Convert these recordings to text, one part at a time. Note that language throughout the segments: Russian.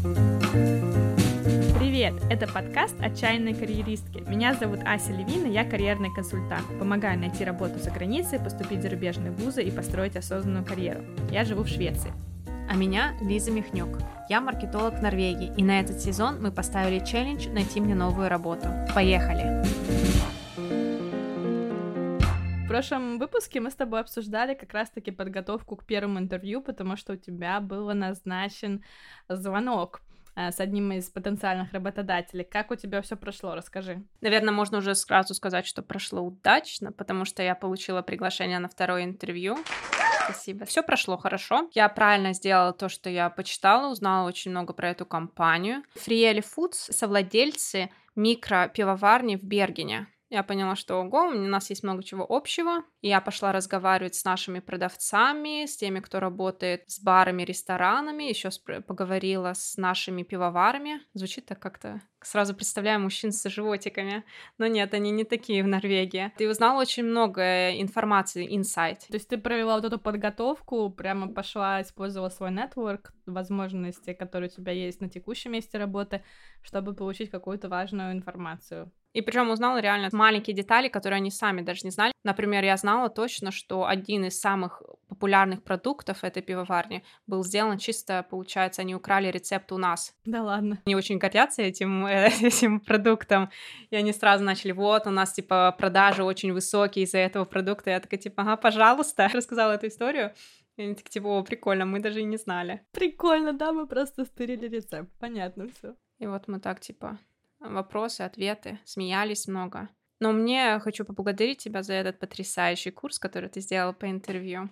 Привет! Это подкаст «Отчаянные карьеристки». Меня зовут Ася Левина, я карьерный консультант. Помогаю найти работу за границей, поступить в зарубежные вузы и построить осознанную карьеру. Я живу в Швеции. А меня Лиза Михнюк. Я маркетолог в Норвегии, и на этот сезон мы поставили челлендж «Найти мне новую работу». Поехали! В прошлом выпуске мы с тобой обсуждали как раз-таки подготовку к первому интервью, потому что у тебя был назначен звонок с одним из потенциальных работодателей. Как у тебя все прошло? Расскажи. Наверное, можно уже сразу сказать, что прошло удачно, потому что я получила приглашение на второе интервью. Спасибо. Все прошло хорошо. Я правильно сделала то, что я почитала, узнала очень много про эту компанию. Friele Foods — совладельцы микропивоварни в Бергене. Я поняла, что ого, у нас есть много чего общего. И я пошла разговаривать с нашими продавцами, с теми, кто работает с барами, ресторанами. Еще поговорила с нашими пивоварами. Звучит так как-то... Сразу представляю мужчин с животиками. Но нет, они не такие в Норвегии. Ты узнала очень много информации, инсайт. То есть ты провела вот эту подготовку, прямо пошла, использовала свой нетворк, возможности, которые у тебя есть на текущем месте работы, чтобы получить какую-то важную информацию. И причем узнала реально маленькие детали, которые они сами даже не знали. Например, я знала точно, что один из самых популярных продуктов этой пивоварни был сделан чисто, получается, они украли рецепт у нас. Да ладно. Они очень гордятся этим продуктом, и они сразу начали, вот, у нас, типа, продажи очень высокие из-за этого продукта. Я такая, типа, ага, пожалуйста. Рассказала эту историю. И они такие, типа, о, прикольно, мы даже и не знали. Прикольно, да, мы просто стырили рецепт. Понятно все. И вот мы так, типа... Вопросы, ответы, смеялись много. Но мне хочу поблагодарить тебя за этот потрясающий курс, который ты сделала по интервью.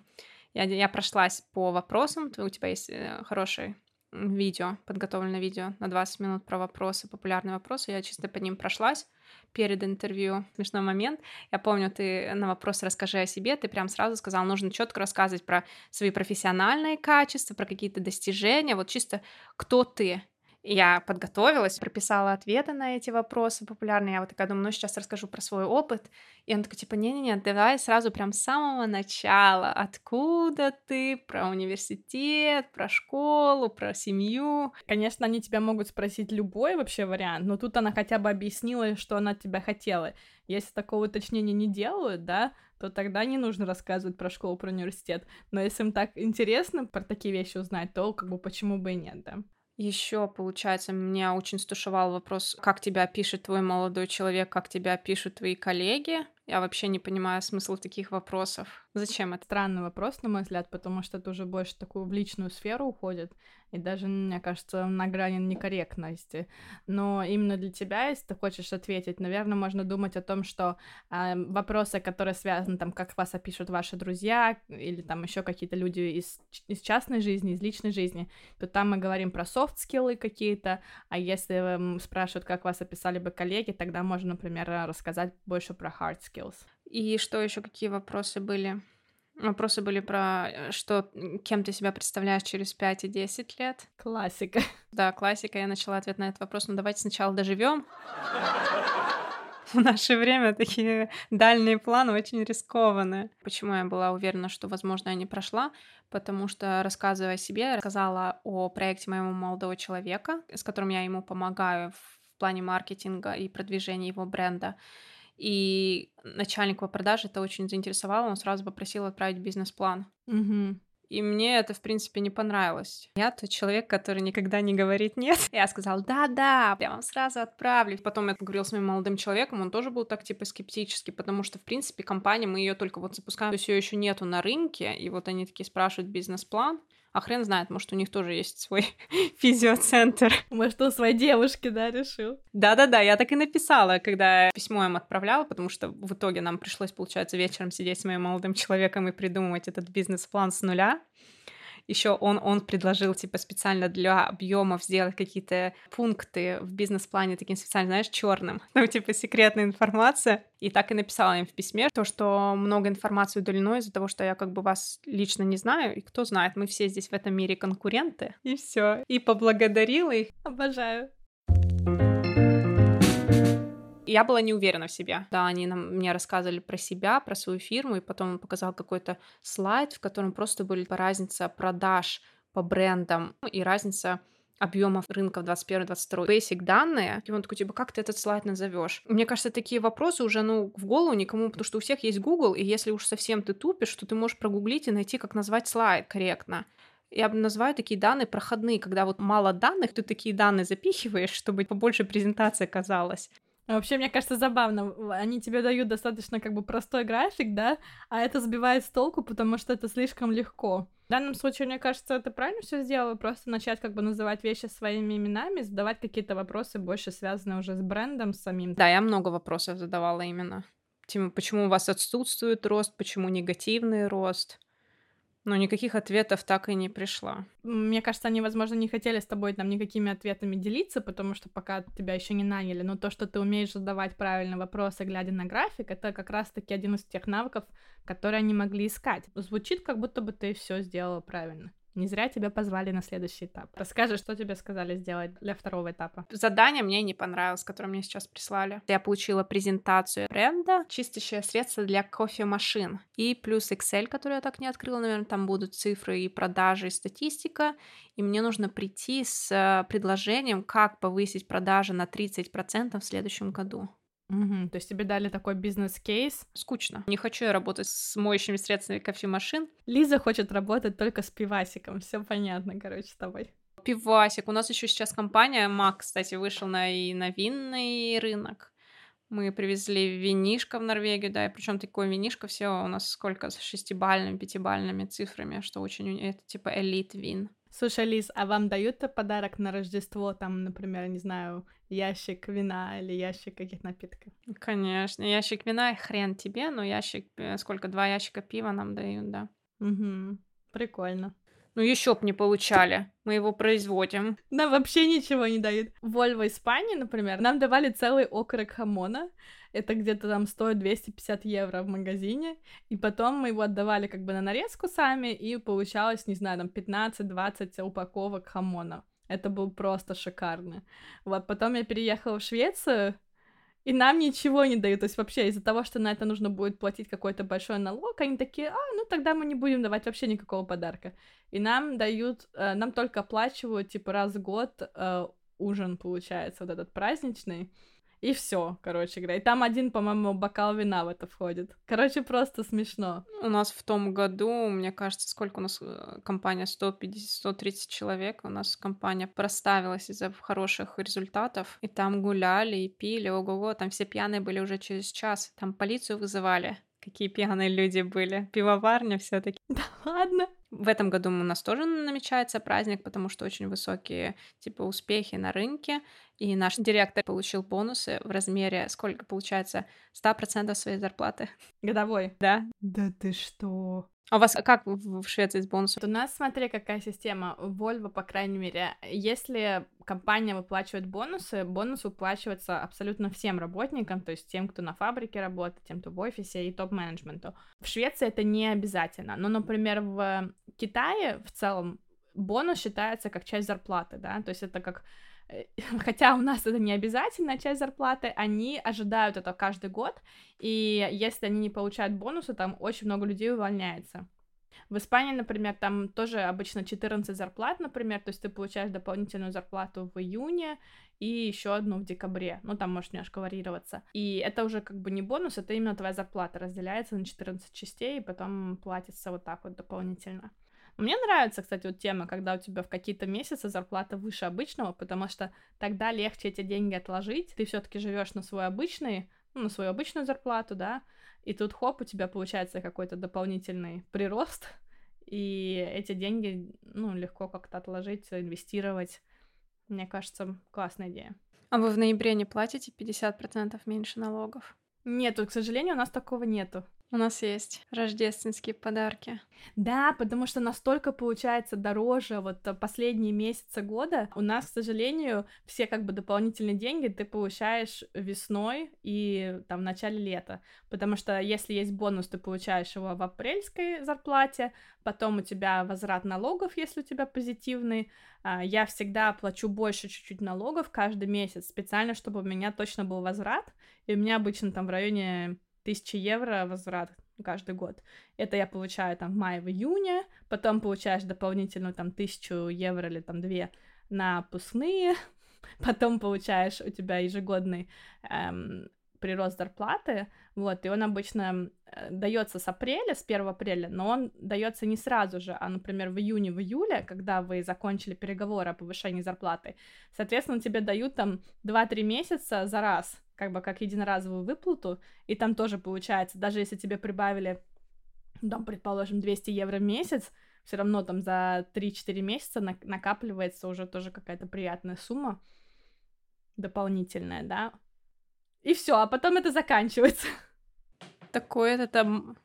Я прошлась по вопросам, у тебя есть хорошее видео, подготовленное видео на 20 минут про вопросы, популярные вопросы. Я чисто по ним прошлась перед интервью. Смешной момент. Я помню, ты на вопрос «Расскажи о себе», ты прям сразу сказала, нужно четко рассказывать про свои профессиональные качества, про какие-то достижения, вот чисто кто ты. Я подготовилась, прописала ответы на эти вопросы популярные. Я вот такая думаю, ну сейчас расскажу про свой опыт. И он такой, типа, не-не-не, давай сразу прям с самого начала. Откуда ты? Про университет, про школу, про семью. Конечно, они тебя могут спросить любой вообще вариант, но тут она хотя бы объяснила, что она от тебя хотела. Если такого уточнения не делают, да, то тогда не нужно рассказывать про школу, про университет. Но если им так интересно про такие вещи узнать, то как бы почему бы и нет, да. Еще, получается, меня очень стушевал вопрос, как тебя пишет твой молодой человек, как тебя пишут твои коллеги. Я вообще не понимаю смысл таких вопросов. Зачем это? Странный вопрос, на мой взгляд, потому что это уже больше такую в личную сферу уходит, и даже, мне кажется, на грани некорректности. Но именно для тебя, если ты хочешь ответить, наверное, можно думать о том, что вопросы, которые связаны, там, как вас опишут ваши друзья, или там еще какие-то люди из частной жизни, из личной жизни, то там мы говорим про софт-скиллы какие-то, а если спрашивают, как вас описали бы коллеги, тогда можно, например, рассказать больше про hard skills. И что еще, какие вопросы были? Вопросы были про что, кем ты себя представляешь через 5 и 10 лет. Классика. Да, классика. Я начала ответ на этот вопрос. Ну, давайте сначала доживем. В наше время такие дальние планы очень рискованные. Почему я была уверена, что, возможно, я не прошла? Потому что, рассказывая о себе, я рассказала о проекте моего молодого человека, с которым я ему помогаю в плане маркетинга и продвижения его бренда. И начальник по продаже это очень заинтересовало, он сразу попросил отправить бизнес-план. Угу. И мне это, в принципе, не понравилось. Я тот человек, который никогда не говорит «нет». Я сказала «да-да, я вам сразу отправлю». Потом я поговорила с моим молодым человеком, он тоже был так, типа, скептически, потому что, в принципе, компания, мы ее только вот запускаем, то есть ее еще нету на рынке, и вот они такие спрашивают бизнес-план. А хрен знает, может, у них тоже есть свой физиоцентр. Может, у своей девушки, да, решил? Да-да-да, я так и написала, когда письмо им отправляла, потому что в итоге нам пришлось, получается, вечером сидеть с моим молодым человеком и придумывать этот бизнес-план с нуля. Еще он предложил, типа, специально для объемов сделать какие-то пункты в бизнес-плане таким специально, знаешь, черным. Ну, типа, секретная информация. И так и написала им в письме, то, что много информации удалено из-за того, что я как бы вас лично не знаю, и кто знает, мы все здесь в этом мире конкуренты. И все. И поблагодарила их. Обожаю. Я была не уверена в себе. Да, они мне рассказывали про себя, про свою фирму, и потом он показал какой-то слайд, в котором просто были разница продаж по брендам и разница объемов рынка в 21-22. Basic данные. И он такой, типа, как ты этот слайд назовешь? Мне кажется, такие вопросы уже, в голову никому, потому что у всех есть Google, и если уж совсем ты тупишь, то ты можешь прогуглить и найти, как назвать слайд корректно. Я бы называю такие данные проходные, когда вот мало данных, ты такие данные запихиваешь, чтобы побольше презентации казалось. Вообще, мне кажется, забавно. Они тебе дают достаточно как бы простой график, да, а это сбивает с толку, потому что это слишком легко. В данном случае, мне кажется, ты правильно все сделала, просто начать как бы называть вещи своими именами, задавать какие-то вопросы, больше связанные уже с брендом самим. Да, я много вопросов задавала именно. Типа, почему у вас отсутствует рост, почему негативный рост? Но никаких ответов так и не пришла. Мне кажется, они, возможно, не хотели с тобой там никакими ответами делиться, потому что пока тебя еще не наняли, но то, что ты умеешь задавать правильные вопросы, глядя на график, это как раз-таки один из тех навыков, которые они могли искать. Звучит, как будто бы ты все сделала правильно. Не зря тебя позвали на следующий этап. Расскажи, что тебе сказали сделать для второго этапа. Задание мне не понравилось, которое мне сейчас прислали. Я получила презентацию бренда, чистящее средство для кофемашин. И плюс Excel, который я так не открыла, наверное, там будут цифры и продажи, и статистика. И мне нужно прийти с предложением, как повысить продажи на 30% в следующем году. Мгм. То есть тебе дали такой бизнес-кейс. Скучно. Не хочу я работать с моющими средствами кофемашин. Лиза хочет работать только с пивасиком. Все понятно, короче, с тобой. Пивасик. У нас еще сейчас компания Мак, кстати, вышел и на винный рынок. Мы привезли винишко в Норвегию, да, и причем такое винишко все у нас сколько, с 6-бальными, 5-бальными цифрами, что очень, это типа элит вин. Слушай, Лиз, а вам дают подарок на Рождество, там, например, не знаю, ящик вина или ящик каких напитков? Конечно, ящик вина, хрен тебе, но ящик, сколько, 2 ящика пива нам дают, да. Угу. Прикольно. Ну еще б не получали, мы его производим. Нам вообще ничего не дают. В Volvo Испании, например, нам давали целый окорок хамона. Это где-то там стоит 250 евро в магазине. И потом мы его отдавали как бы на нарезку сами, и получалось, не знаю, там 15-20 упаковок хамона. Это был просто шикарно. Вот, потом я переехала в Швецию, и нам ничего не дают, то есть вообще из-за того, что на это нужно будет платить какой-то большой налог, они такие, ну тогда мы не будем давать вообще никакого подарка. И нам дают, нам только оплачивают, типа, раз в год ужин, получается, вот этот праздничный, и все, короче говоря. И там один, по-моему, бокал вина в это входит. Короче, просто смешно. У нас в том году, мне кажется, сколько у нас компания, 150-130 человек, у нас компания проставилась из-за хороших результатов, и там гуляли и пили, ого-го, там все пьяные были уже через час, там полицию вызывали. Какие пьяные люди были. Пивоварня все-таки. Да ладно? В этом году у нас тоже намечается праздник, потому что очень высокие типа успехи на рынке. И наш директор получил бонусы в размере, сколько получается, 100% своей зарплаты. Годовой? Да. Да ты что? А у вас как в Швеции с бонусом? У нас, смотри, какая система. В Volvo, по крайней мере, если компания выплачивает бонусы, бонус выплачивается абсолютно всем работникам, то есть тем, кто на фабрике работает, тем, кто в офисе и топ-менеджменту. В Швеции это не обязательно. Но, например, в Китае в целом бонус считается как часть зарплаты, да, то есть это как... Хотя у нас это не обязательная часть зарплаты, они ожидают это каждый год, и если они не получают бонусы, там очень много людей увольняется. В Испании, например, там тоже обычно 14 зарплат, например, то есть ты получаешь дополнительную зарплату в июне и еще одну в декабре, ну там может немножко варьироваться. И это уже как бы не бонус, это именно твоя зарплата разделяется на 14 частей и потом платится вот так вот дополнительно. Мне нравится, кстати, вот тема, когда у тебя в какие-то месяцы зарплата выше обычного, потому что тогда легче эти деньги отложить, ты все-таки живешь на свой обычный, ну, на свою обычную зарплату, да, и тут хоп, у тебя получается какой-то дополнительный прирост, и эти деньги, ну, легко как-то отложить, инвестировать. Мне кажется, классная идея. А вы в ноябре не платите 50% меньше налогов? Нету, к сожалению, у нас такого нету. У нас есть рождественские подарки. Да, потому что настолько получается дороже вот последние месяцы года. У нас, к сожалению, все как бы дополнительные деньги ты получаешь весной и там в начале лета. Потому что если есть бонус, ты получаешь его в апрельской зарплате, потом у тебя возврат налогов, если у тебя позитивный. Я всегда плачу больше чуть-чуть налогов каждый месяц, специально, чтобы у меня точно был возврат. И у меня обычно там в районе 1000 евро возврат каждый год. Это я получаю там в мае, в июне, потом получаешь дополнительную там 1000 евро или там 2 на отпускные, потом получаешь у тебя ежегодный прирост зарплаты, вот, и он обычно дается с апреля, с 1 апреля, но он дается не сразу же, а, например, в июне, в июле, когда вы закончили переговоры о повышении зарплаты, соответственно, тебе дают там 2-3 месяца за раз, как бы как единоразовую выплату, и там тоже получается, даже если тебе прибавили, там, предположим, 200 евро в месяц, все равно там за 3-4 месяца накапливается уже тоже какая-то приятная сумма дополнительная, да, и все, а потом это заканчивается. Такой этот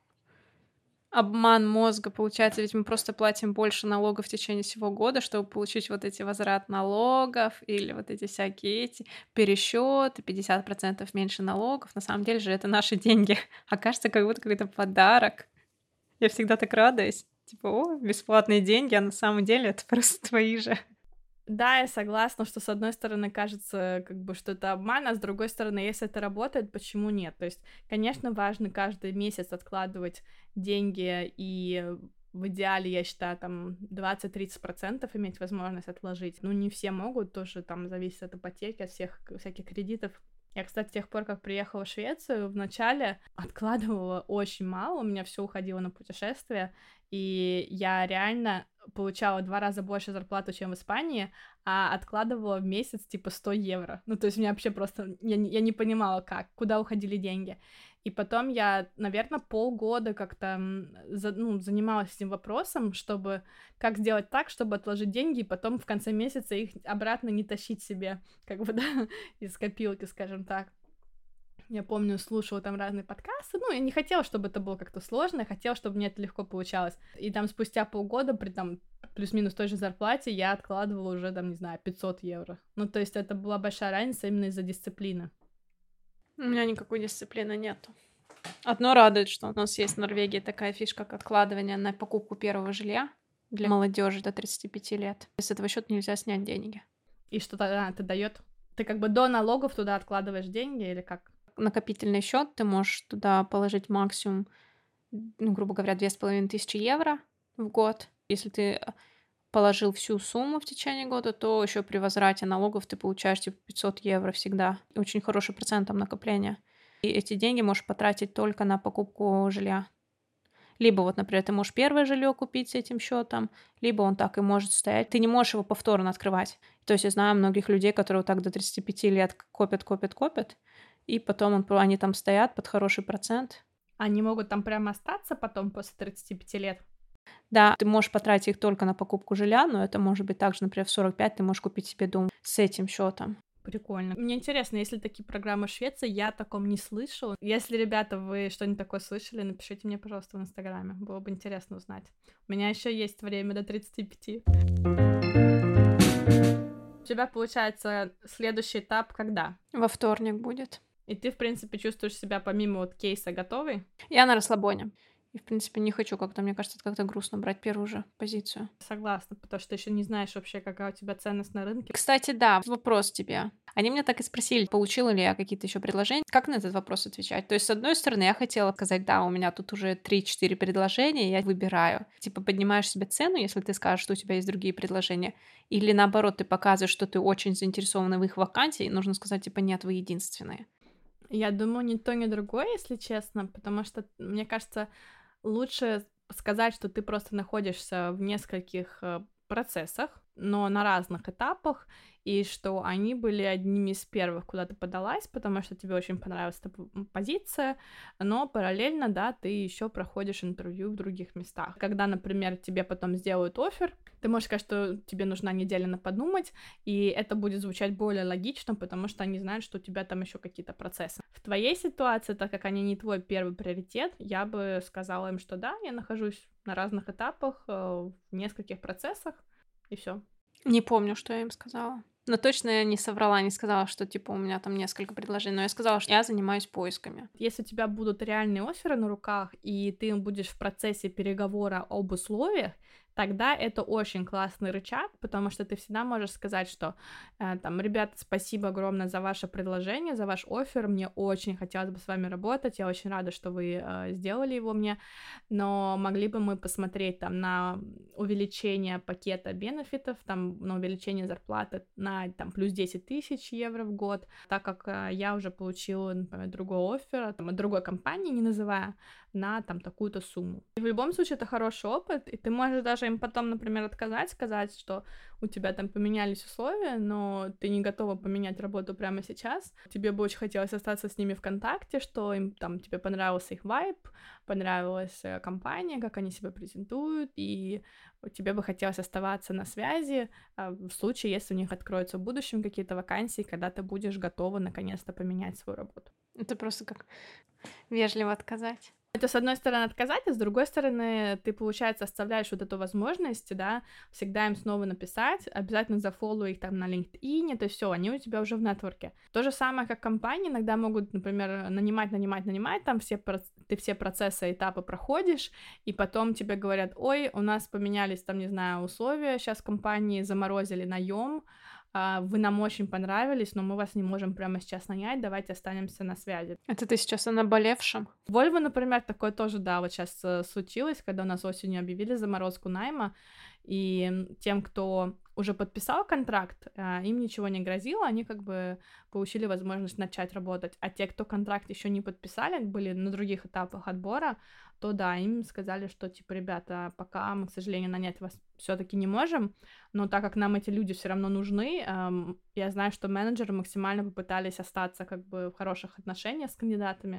обман мозга, получается, ведь мы просто платим больше налогов в течение всего года, чтобы получить вот эти возврат налогов или вот эти всякие эти пересчеты, 50% меньше налогов. На самом деле же это наши деньги. А кажется, как будто какой-то подарок. Я всегда так радуюсь. Типа, о, бесплатные деньги, а на самом деле это просто твои же. Да, я согласна, что с одной стороны кажется, как бы, что это обман, а с другой стороны, если это работает, почему нет? То есть, конечно, важно каждый месяц откладывать деньги и в идеале, я считаю, там 20-30% иметь возможность отложить. Ну, не все могут, тоже там зависит от ипотеки, от всех всяких кредитов. Я, кстати, с тех пор, как приехала в Швецию, вначале откладывала очень мало, у меня все уходило на путешествия, и я реально получала 2 раза больше зарплату, чем в Испании, а откладывала в месяц типа 100 евро. Ну, то есть у меня вообще просто... Я не понимала, как, куда уходили деньги. И потом я, наверное, полгода как-то занималась этим вопросом, чтобы как сделать так, чтобы отложить деньги, и потом в конце месяца их обратно не тащить себе, как бы, да, из копилки, скажем так. Я помню, слушала там разные подкасты, ну, я не хотела, чтобы это было как-то сложно, я хотела, чтобы мне это легко получалось. И там спустя полгода, при там плюс-минус той же зарплате, я откладывала уже, там, не знаю, 500 евро. Ну, то есть это была большая разница именно из-за дисциплины. У меня никакой дисциплины нету. Одно радует, что у нас есть в Норвегии такая фишка, как откладывание на покупку первого жилья для молодежи до 35 лет. С этого счета нельзя снять деньги. И что тогда это дает? Ты как бы до налогов туда откладываешь деньги или как? Накопительный счет ты можешь туда положить максимум, ну, грубо говоря, 2500 евро в год. Если ты положил всю сумму в течение года, то еще при возврате налогов ты получаешь типа 500 евро всегда. Очень хороший процент там накопления. И эти деньги можешь потратить только на покупку жилья. Либо вот, например, ты можешь первое жилье купить с этим счетом, либо он так и может стоять. Ты не можешь его повторно открывать. То есть я знаю многих людей, которые вот так до 35 лет копят, и потом они там стоят под хороший процент. Они могут там прямо остаться потом после 35 лет? Да, ты можешь потратить их только на покупку жилья, но это может быть также, например, в 45 ты можешь купить себе дом с этим счетом. Прикольно. Мне интересно, есть ли такие программы в Швеции, я о таком не слышала. Если, ребята, вы что-нибудь такое слышали, напишите мне, пожалуйста, в Инстаграме. Было бы интересно узнать. У меня еще есть время до 35. У тебя, получается, следующий этап когда? Во вторник будет. И ты, в принципе, чувствуешь себя помимо вот кейса готовой? Я на расслабоне. И, в принципе, не хочу как-то, мне кажется, это как-то грустно брать первую же позицию. Согласна, потому что ты еще не знаешь вообще, какая у тебя ценность на рынке. Кстати, да, вопрос тебе. Они меня так и спросили, получила ли я какие-то еще предложения. Как на этот вопрос отвечать? То есть, с одной стороны, я хотела сказать, да, у меня тут уже 3-4 предложения, я выбираю. Типа, поднимаешь себе цену, если ты скажешь, что у тебя есть другие предложения. Или наоборот, ты показываешь, что ты очень заинтересована в их вакансии, и нужно сказать, типа, нет, вы единственные. Я думаю, ни то, ни другое, если честно, потому что, мне кажется, лучше сказать, что ты просто находишься в нескольких процессах, но на разных этапах, и что они были одними из первых, куда ты подалась, потому что тебе очень понравилась эта позиция, но параллельно, да, ты еще проходишь интервью в других местах. Когда, например, тебе потом сделают оффер, ты можешь сказать, что тебе нужна неделя на подумать, и это будет звучать более логично, потому что они знают, что у тебя там еще какие-то процессы. В твоей ситуации, так как они не твой первый приоритет, я бы сказала им, что да, я нахожусь на разных этапах, в нескольких процессах, и все. Не помню, что я им сказала. Но точно я не соврала, не сказала, что, типа, у меня там несколько предложений, но я сказала, что я занимаюсь поисками. Если у тебя будут реальные офферы на руках, и ты будешь в процессе переговора об условиях, тогда это очень классный рычаг, потому что ты всегда можешь сказать, что там, ребята, спасибо огромное за ваше предложение, за ваш оффер, мне очень хотелось бы с вами работать, я очень рада, что вы сделали его мне, но могли бы мы посмотреть там на увеличение пакета бенефитов, там на увеличение зарплаты на там плюс 10 тысяч евро в год, так как я уже получила, например, другой оффер там, от другой компании, не называя, на там такую-то сумму. И в любом случае это хороший опыт, и ты можешь даже им потом, например, отказать, сказать, что у тебя там поменялись условия, но ты не готова поменять работу прямо сейчас. Тебе бы очень хотелось остаться с ними в контакте, что им там тебе понравился их вайб, понравилась компания, как они себя презентуют, и тебе бы хотелось оставаться на связи в случае, если у них откроются в будущем какие-то вакансии, когда ты будешь готова наконец-то поменять свою работу. Это просто как вежливо отказать. Это, с одной стороны, отказать, а с другой стороны, ты, получается, оставляешь вот эту возможность, да, всегда им снова написать, обязательно зафоллоу их там на LinkedIn, то есть всё, они у тебя уже в нетворке. То же самое, как компании иногда могут, например, нанимать, там ты все процессы, этапы проходишь, и потом тебе говорят: ой, у нас поменялись там, не знаю, условия, сейчас компании заморозили наем, вы нам очень понравились, но мы вас не можем прямо сейчас нанять, давайте останемся на связи. Это ты сейчас о наболевшем? Volvo, например, такое тоже, да, вот сейчас случилось, когда у нас осенью объявили заморозку найма, и тем, кто уже подписал контракт, им ничего не грозило, они как бы получили возможность начать работать, а те, кто контракт еще не подписали, были на других этапах отбора, то да, им сказали, что типа, ребята, пока мы, к сожалению, нанять вас все-таки не можем, но так как нам эти люди все равно нужны, я знаю, что менеджеры максимально попытались остаться как бы в хороших отношениях с кандидатами,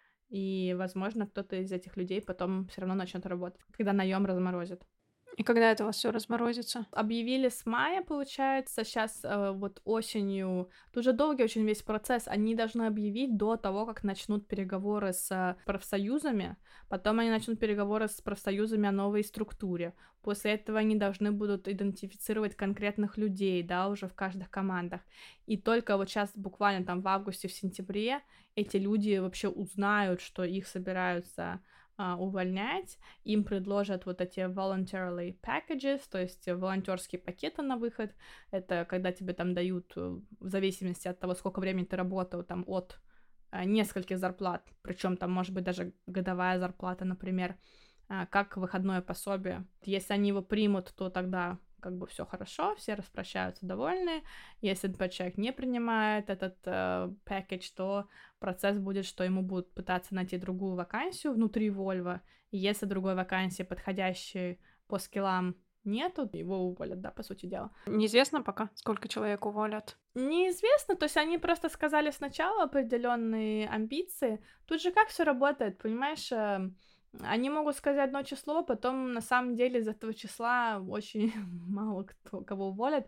и, возможно, кто-то из этих людей потом все равно начнет работать, когда наем разморозит. И когда это у вас все разморозится? Объявили с мая, получается, сейчас вот осенью, тут уже долгий очень весь процесс, они должны объявить до того, как начнут переговоры с профсоюзами, потом они начнут переговоры с профсоюзами о новой структуре, после этого они должны будут идентифицировать конкретных людей, да, уже в каждых командах, и только вот сейчас буквально там в августе, в сентябре эти люди вообще узнают, что их собираются увольнять, им предложат вот эти voluntarily packages, то есть волонтерские пакеты на выход. Это когда тебе там дают, в зависимости от того, сколько времени ты работал, там от нескольких зарплат, причем там может быть даже годовая зарплата, например, как выходное пособие. Если они его примут, то тогда как бы все хорошо, все распрощаются довольны. Если человек не принимает этот пакетч, то процесс будет, что ему будут пытаться найти другую вакансию внутри Volvo, и если другой вакансии, подходящей по скиллам, нету, его уволят, да, по сути дела. Неизвестно пока, сколько человек уволят? Неизвестно, то есть они просто сказали сначала определенные амбиции. Тут же как все работает, понимаешь? Они могут сказать одно число, потом на самом деле из этого числа очень мало кого уволят.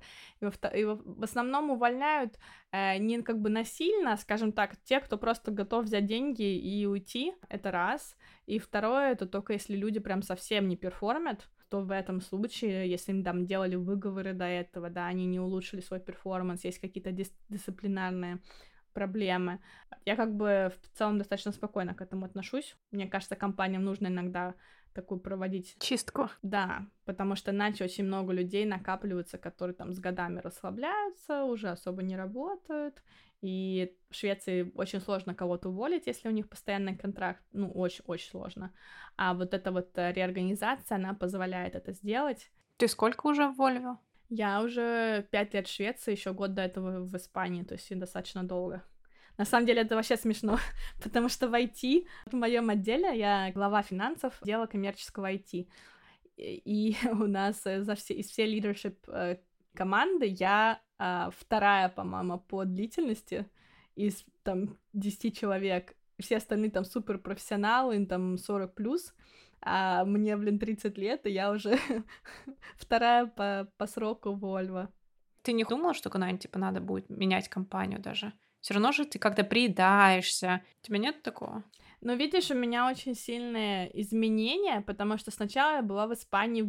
В основном увольняют не как бы насильно, скажем так, те, кто просто готов взять деньги и уйти, это раз. И второе, это только если люди прям совсем не перформят, то в этом случае, если им там делали выговоры до этого, да, они не улучшили свой перформанс, есть какие-то дисциплинарные проблемы. Я как бы в целом достаточно спокойно к этому отношусь. Мне кажется, компаниям нужно иногда такую проводить чистку. Да, потому что иначе очень много людей накапливаются, которые там с годами расслабляются, уже особо не работают. И в Швеции очень сложно кого-то уволить, если у них постоянный контракт. Ну, очень-очень сложно. А вот эта вот реорганизация, она позволяет это сделать. Ты сколько уже в Volvo? Я уже 5 лет в Швеции, еще год до этого в Испании, то есть достаточно долго. На самом деле это вообще смешно, потому что в IT, в моем отделе, я глава финансов, отдела коммерческого IT. И у нас из всей leadership команды я вторая, по-моему, по длительности из там 10 человек. Все остальные там суперпрофессионалы, им там 40+. А мне, 30 лет, и я уже вторая по сроку Volvo. Ты не думала, что когда-нибудь типа надо будет менять компанию даже? Все равно же ты как-то приедаешься. У тебя нет такого? Ну, видишь, у меня очень сильные изменения, потому что сначала я была в Испании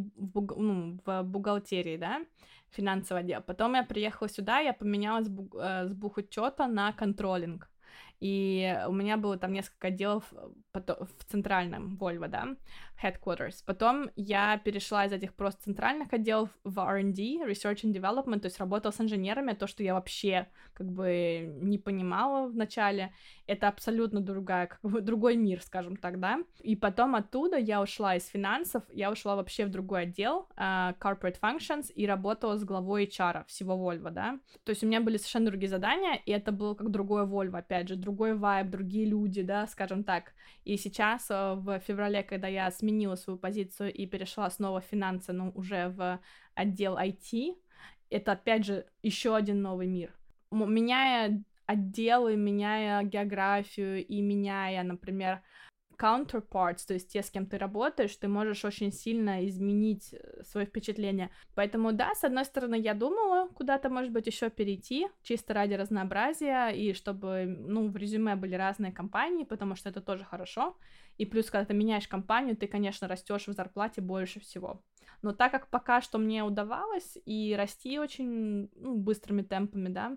в бухгалтерии, да, финансовый отдел. Потом я приехала сюда, я поменялась с бухучета на контролинг. И у меня было там несколько отделов в центральном Volvo, да. headquarters. Потом я перешла из этих просто центральных отделов в R&D, Research and Development, то есть работала с инженерами, то, что я вообще как бы не понимала в начале. Это абсолютно другая, как бы другой мир, скажем так, да. И потом оттуда я ушла из финансов, я ушла вообще в другой отдел, Corporate Functions, и работала с главой HR всего Volvo, да. То есть у меня были совершенно другие задания, и это было как другое Volvo, опять же, другой вайб, другие люди, да, скажем так. И сейчас, в феврале, когда я сменила свою позицию и перешла снова в финансы, но уже в отдел IT, это, опять же, еще один новый мир. Меняя отделы, меняя географию и меняя, например, counterparts, то есть те, с кем ты работаешь, ты можешь очень сильно изменить свое впечатление. Поэтому, да, с одной стороны, я думала куда-то, может быть, еще перейти, чисто ради разнообразия, и чтобы, ну, в резюме были разные компании, потому что это тоже хорошо. И плюс, когда ты меняешь компанию, ты, конечно, растешь в зарплате больше всего. Но так как пока что мне удавалось и расти очень, ну, быстрыми темпами, да,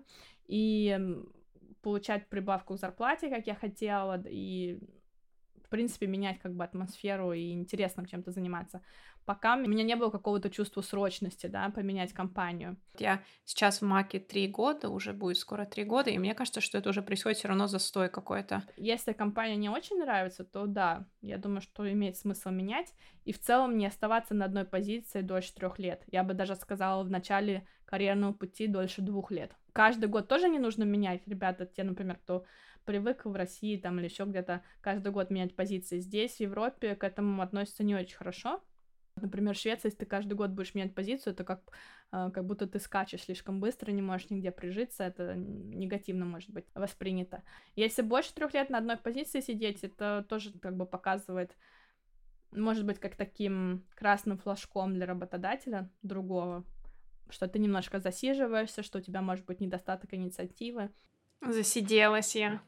и получать прибавку к зарплате, как я хотела, и в принципе, менять как бы атмосферу и интересным чем-то заниматься. Пока у меня не было какого-то чувства срочности, да, поменять компанию. Я сейчас в Маке 3 года, уже будет скоро 3 года, и мне кажется, что это уже происходит все равно застой какой-то. Если компания не очень нравится, то да, я думаю, что имеет смысл менять, и в целом не оставаться на одной позиции дольше 3 лет. Я бы даже сказала в начале карьерного пути дольше 2 лет. Каждый год тоже не нужно менять, ребята, те, например, кто привык в России там или еще где-то каждый год менять позиции. Здесь, в Европе, к этому относятся не очень хорошо. Например, в Швеции, если ты каждый год будешь менять позицию, это как будто ты скачешь слишком быстро, не можешь нигде прижиться, это негативно может быть воспринято. Если больше 3 лет на одной позиции сидеть, это тоже как бы показывает, может быть, как таким красным флажком для работодателя другого, что ты немножко засиживаешься, что у тебя может быть недостаток инициативы. Засиделась я.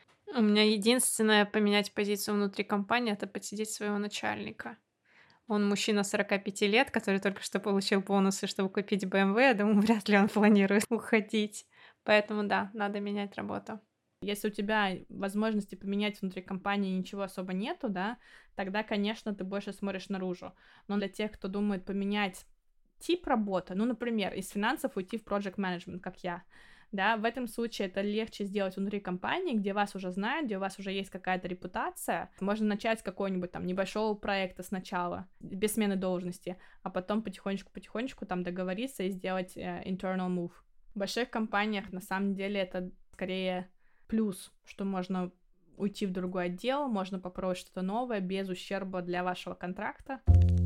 У меня единственное поменять позицию внутри компании — это подсидеть своего начальника. Он мужчина 45 лет, который только что получил бонусы, чтобы купить BMW. Я думаю, вряд ли он планирует уходить. Поэтому да, надо менять работу. Если у тебя возможности поменять внутри компании ничего особо нету, да, тогда, конечно, ты больше смотришь наружу. Но для тех, кто думает поменять тип работы, ну, например, из финансов уйти в project management, как я, да, в этом случае это легче сделать внутри компании, где вас уже знают, где у вас уже есть какая-то репутация. Можно начать с какого-нибудь там небольшого проекта сначала, без смены должности, а потом потихонечку там договориться и сделать internal move. В больших компаниях, на самом деле, это скорее плюс, что можно уйти в другой отдел, можно попробовать что-то новое без ущерба для вашего контракта.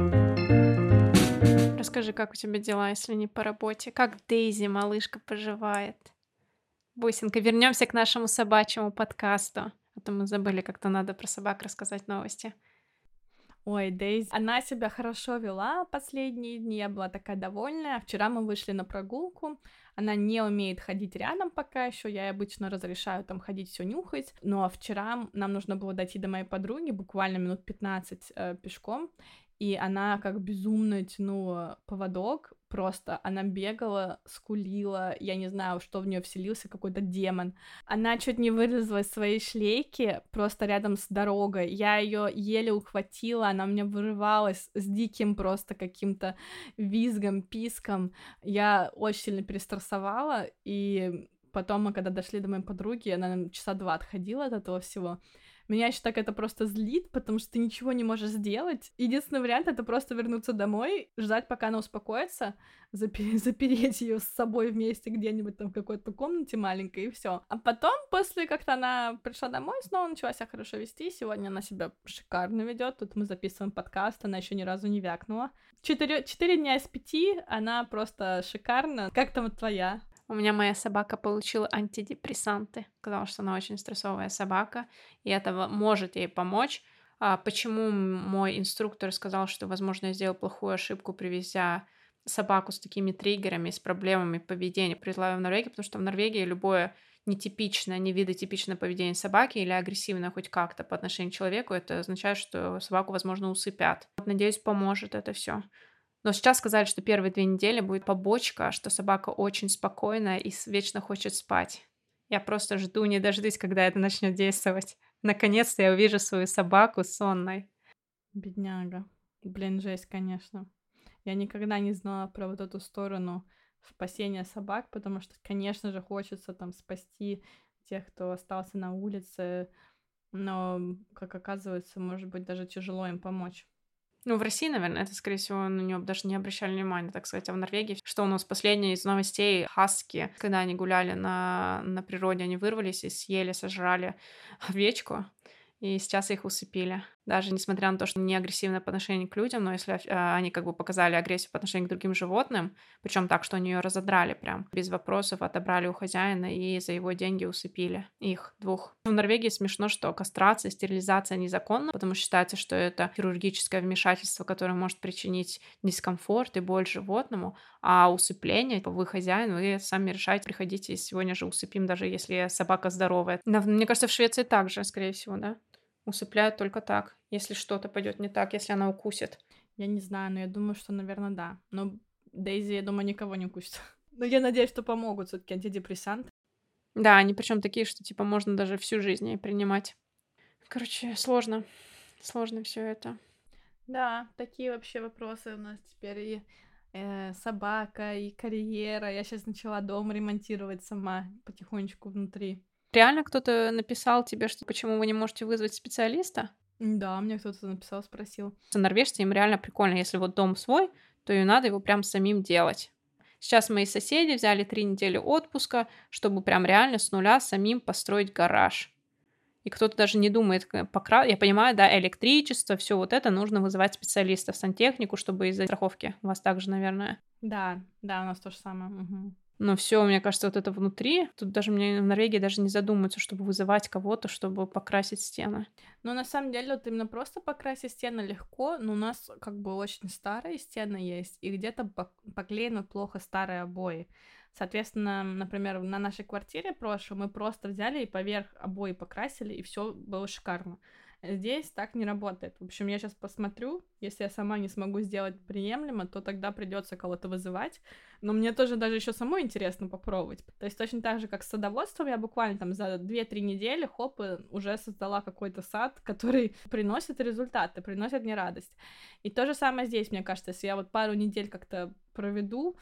Расскажи, как у тебя дела, если не по работе? Как Дейзи, малышка, поживает? Бусинка, вернемся к нашему собачьему подкасту. А то мы забыли, как-то надо про собак рассказать новости. Ой, Дейзи, она себя хорошо вела последние дни, я была такая довольная. Вчера мы вышли на прогулку, она не умеет ходить рядом пока еще, я ей обычно разрешаю там ходить, все нюхать, но вчера нам нужно было дойти до моей подруги, буквально минут 15 пешком, и она как безумно тянула поводок, просто она бегала, скулила, я не знаю, что в нее вселился, какой-то демон. Она чуть не вылезла из своей шлейки просто рядом с дорогой. Я ее еле ухватила, она у меня вырывалась с диким просто каким-то визгом, писком. Я очень сильно перестрессовала, и потом мы, когда дошли до моей подруги, она часа 2 отходила от этого всего. Меня еще так это просто злит, потому что ты ничего не можешь сделать. Единственный вариант — это просто вернуться домой, ждать, пока она успокоится, запереть ее с собой вместе где-нибудь там в какой-то комнате маленькой, и все. А потом, после как-то она пришла домой, снова начала себя хорошо вести. Сегодня она себя шикарно ведет. Тут мы записываем подкаст, она еще ни разу не вякнула. 4 дня из 5 она просто шикарна. Как там твоя? У меня моя собака получила антидепрессанты, сказала, что она очень стрессовая собака, и это может ей помочь. Почему мой инструктор сказал, что, возможно, я сделал плохую ошибку, привезя собаку с такими триггерами, с проблемами поведения, привезла ее в Норвегию, потому что в Норвегии любое нетипичное, невидотипичное поведение собаки или агрессивное хоть как-то по отношению к человеку, это означает, что собаку, возможно, усыпят. Надеюсь, поможет это все. Но сейчас сказали, что первые 2 недели будет побочка, что собака очень спокойная и вечно хочет спать. Я просто жду, не дождусь, когда это начнет действовать. Наконец-то я увижу свою собаку сонной. Бедняга. Блин, жесть, конечно. Я никогда не знала про вот эту сторону спасения собак, потому что, конечно же, хочется там спасти тех, кто остался на улице, но, как оказывается, может быть, даже тяжело им помочь. Ну, в России, наверное, это, скорее всего, на него даже не обращали внимания, так сказать. А в Норвегии, что у нас последнее из новостей, хаски, когда они гуляли на природе, они вырвались и съели, сожрали овечку, и сейчас их усыпили. Даже несмотря на то, что не агрессивно по отношению к людям, но если они как бы показали агрессию по отношению к другим животным, причем так, что они ее разодрали прям, без вопросов отобрали у хозяина и за его деньги усыпили их двух. В Норвегии смешно, что кастрация, стерилизация незаконна, потому что считается, что это хирургическое вмешательство, которое может причинить дискомфорт и боль животному, а усыпление, типа, вы хозяин, вы сами решаете, приходите, и сегодня же усыпим, даже если собака здоровая. Мне кажется, в Швеции также, скорее всего, да? Усыпляют только так, если что-то пойдет не так, если она укусит. Я не знаю, но я думаю, что, наверное, да. Но Дейзи, я думаю, никого не укусит. Но я надеюсь, что помогут все-таки антидепрессанты. Да, они причем такие, что типа можно даже всю жизнь ей принимать. Короче, сложно. Сложно все это. Да, такие вообще вопросы у нас теперь и собака, и карьера. Я сейчас начала дом ремонтировать сама потихонечку внутри. Реально кто-то написал тебе, что почему вы не можете вызвать специалиста? Да, мне кто-то написал, спросил. Норвежцы, им реально прикольно, если вот дом свой, то и надо его прям самим делать. Сейчас мои соседи взяли 3 недели отпуска, чтобы прям реально с нуля самим построить гараж. И кто-то даже не думает, я понимаю, да, электричество, все вот это нужно вызывать специалистов, сантехнику, чтобы из-за страховки. У вас также, наверное. Да, да, у нас то же самое. Мгм. Но все, мне кажется, вот это внутри, тут даже мне в Норвегии даже не задумываются, чтобы вызывать кого-то, чтобы покрасить стены. Но на самом деле вот именно просто покрасить стены легко, но у нас как бы очень старые стены есть, и где-то поклеены плохо старые обои. Соответственно, например, на нашей квартире прошлой мы просто взяли и поверх обои покрасили, и все было шикарно. Здесь так не работает. В общем, я сейчас посмотрю, если я сама не смогу сделать приемлемо, то тогда придется кого-то вызывать. Но мне тоже даже еще самой интересно попробовать. То есть точно так же, как с садоводством, я буквально там за 2-3 недели, хоп, и уже создала какой-то сад, который приносит результаты, приносит мне радость. И то же самое здесь, мне кажется, если я вот пару недель как-то проведу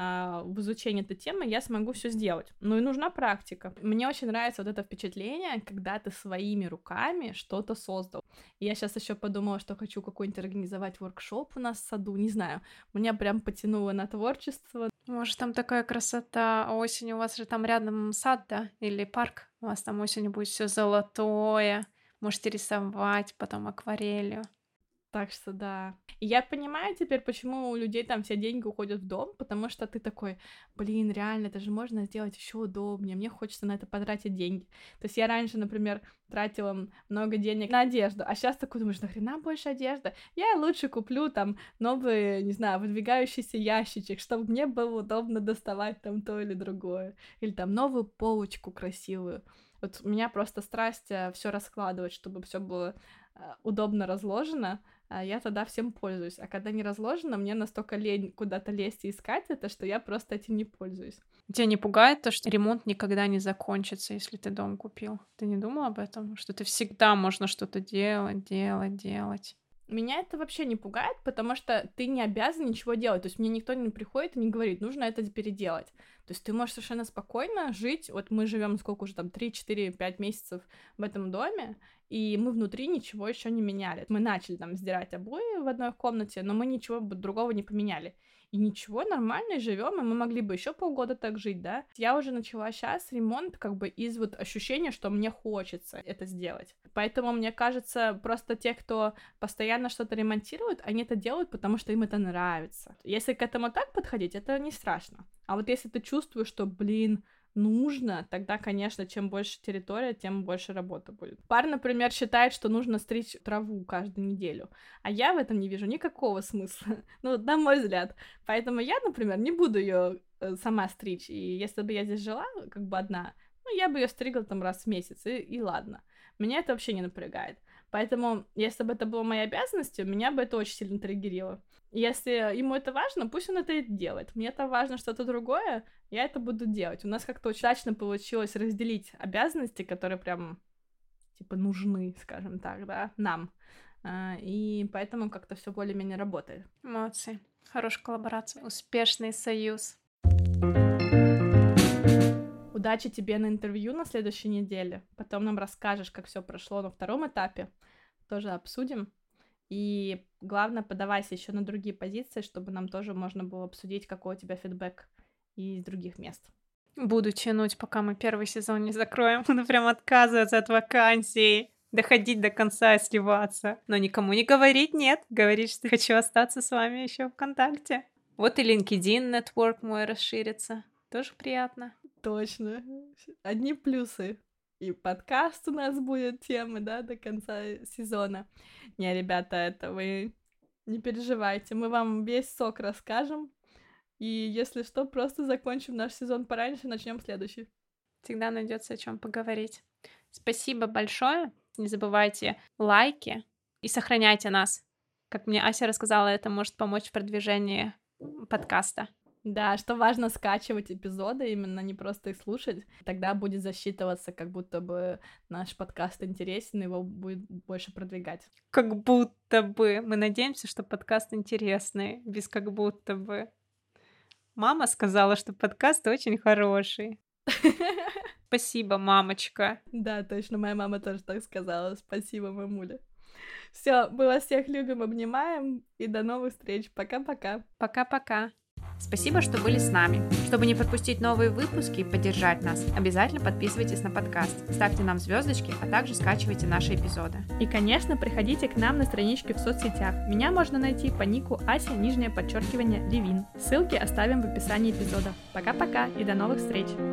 в изучении этой темы, я смогу все сделать. Ну и нужна практика. Мне очень нравится вот это впечатление, когда ты своими руками что-то создал. И я сейчас еще подумала, что хочу какой-нибудь организовать воркшоп у нас в саду, не знаю. Меня прям потянуло на творчество. Может, там такая красота, а осенью у вас же там рядом сад, да? Или парк? У вас там осенью будет все золотое. Можете рисовать потом акварелью. Так что да. И я понимаю теперь, почему у людей там все деньги уходят в дом, потому что ты такой, блин, реально, это же можно сделать еще удобнее, мне хочется на это потратить деньги. То есть я раньше, например, тратила много денег на одежду, а сейчас такой думаешь, нахрена больше одежды? Я лучше куплю там новый, не знаю, выдвигающийся ящичек, чтобы мне было удобно доставать там то или другое. Или там новую полочку красивую. Вот у меня просто страсть все раскладывать, чтобы все было удобно разложено, я тогда всем пользуюсь. А когда не разложено, мне настолько лень куда-то лезть и искать это, что я просто этим не пользуюсь. Тебя не пугает то, что ремонт никогда не закончится, если ты дом купил? Ты не думал об этом? Что ты всегда можно что-то делать? Меня это вообще не пугает, потому что ты не обязан ничего делать. То есть мне никто не приходит и не говорит, нужно это переделать. То есть ты можешь совершенно спокойно жить. Вот мы живем сколько уже там, 3, 4, 5 месяцев в этом доме, и мы внутри ничего еще не меняли. Мы начали там сдирать обои в одной комнате, но мы ничего другого не поменяли. И ничего, нормально живем, и мы могли бы еще полгода так жить, да? Я уже начала сейчас ремонт как бы из вот ощущения, что мне хочется это сделать. Поэтому, мне кажется, просто те, кто постоянно что-то ремонтируют, они это делают, потому что им это нравится. Если к этому так подходить, это не страшно. А вот если ты чувствуешь, что, блин, нужно, тогда, конечно, чем больше территория, тем больше работы будет. Пара, например, считает, что нужно стричь траву каждую неделю, а я в этом не вижу никакого смысла, ну, на мой взгляд. Поэтому я, например, не буду ее сама стричь, и если бы я здесь жила, как бы одна, ну, я бы ее стригла там раз в месяц, и ладно. Меня это вообще не напрягает. Поэтому, если бы это было моей обязанностью, меня бы это очень сильно триггерило. Если ему это важно, пусть он это и делает. Мне это важно что-то другое, я это буду делать. У нас как-то очень удачно получилось разделить обязанности, которые прям, типа, нужны, скажем так, да, нам. и поэтому как-то все более-менее работает. Молодцы. Хорошая коллаборация. Успешный союз. Удачи тебе на интервью на следующей неделе. Потом нам расскажешь, как все прошло на втором этапе. Тоже обсудим. И главное, подавайся еще на другие позиции, чтобы нам тоже можно было обсудить, какой у тебя фидбэк из других мест. Буду тянуть, пока мы первый сезон не закроем. Буду прям отказываться от вакансий. Доходить до конца и сливаться. Но никому не говорить нет. Говорить, что хочу остаться с вами еще ВКонтакте. Вот и LinkedIn Network мой расширится. Тоже приятно. Точно. Одни плюсы. И подкаст у нас будет темы, да, до конца сезона. Не, ребята, это вы не переживайте. Мы вам весь сок расскажем. И если что, просто закончим наш сезон пораньше, начнем следующий. Всегда найдется о чем поговорить. Спасибо большое. Не забывайте лайки и сохраняйте нас. Как мне Ася рассказала, это может помочь в продвижении подкаста. Да, что важно скачивать эпизоды, именно не просто их слушать. Тогда будет засчитываться, как будто бы наш подкаст интересен, его будет больше продвигать. Как будто бы. Мы надеемся, что подкаст интересный, без как будто бы. Мама сказала, что подкаст очень хороший. Спасибо, мамочка. Да, точно, моя мама тоже так сказала. Спасибо, мамуля. Все, мы вас всех любим, обнимаем, и до новых встреч. Пока-пока. Пока-пока. Спасибо, что были с нами. Чтобы не пропустить новые выпуски и поддержать нас, обязательно подписывайтесь на подкаст, ставьте нам звездочки, а также скачивайте наши эпизоды. И, конечно, приходите к нам на странички в соцсетях. Меня можно найти по нику Ася_Левин. Ссылки оставим в описании эпизода. Пока-пока и до новых встреч!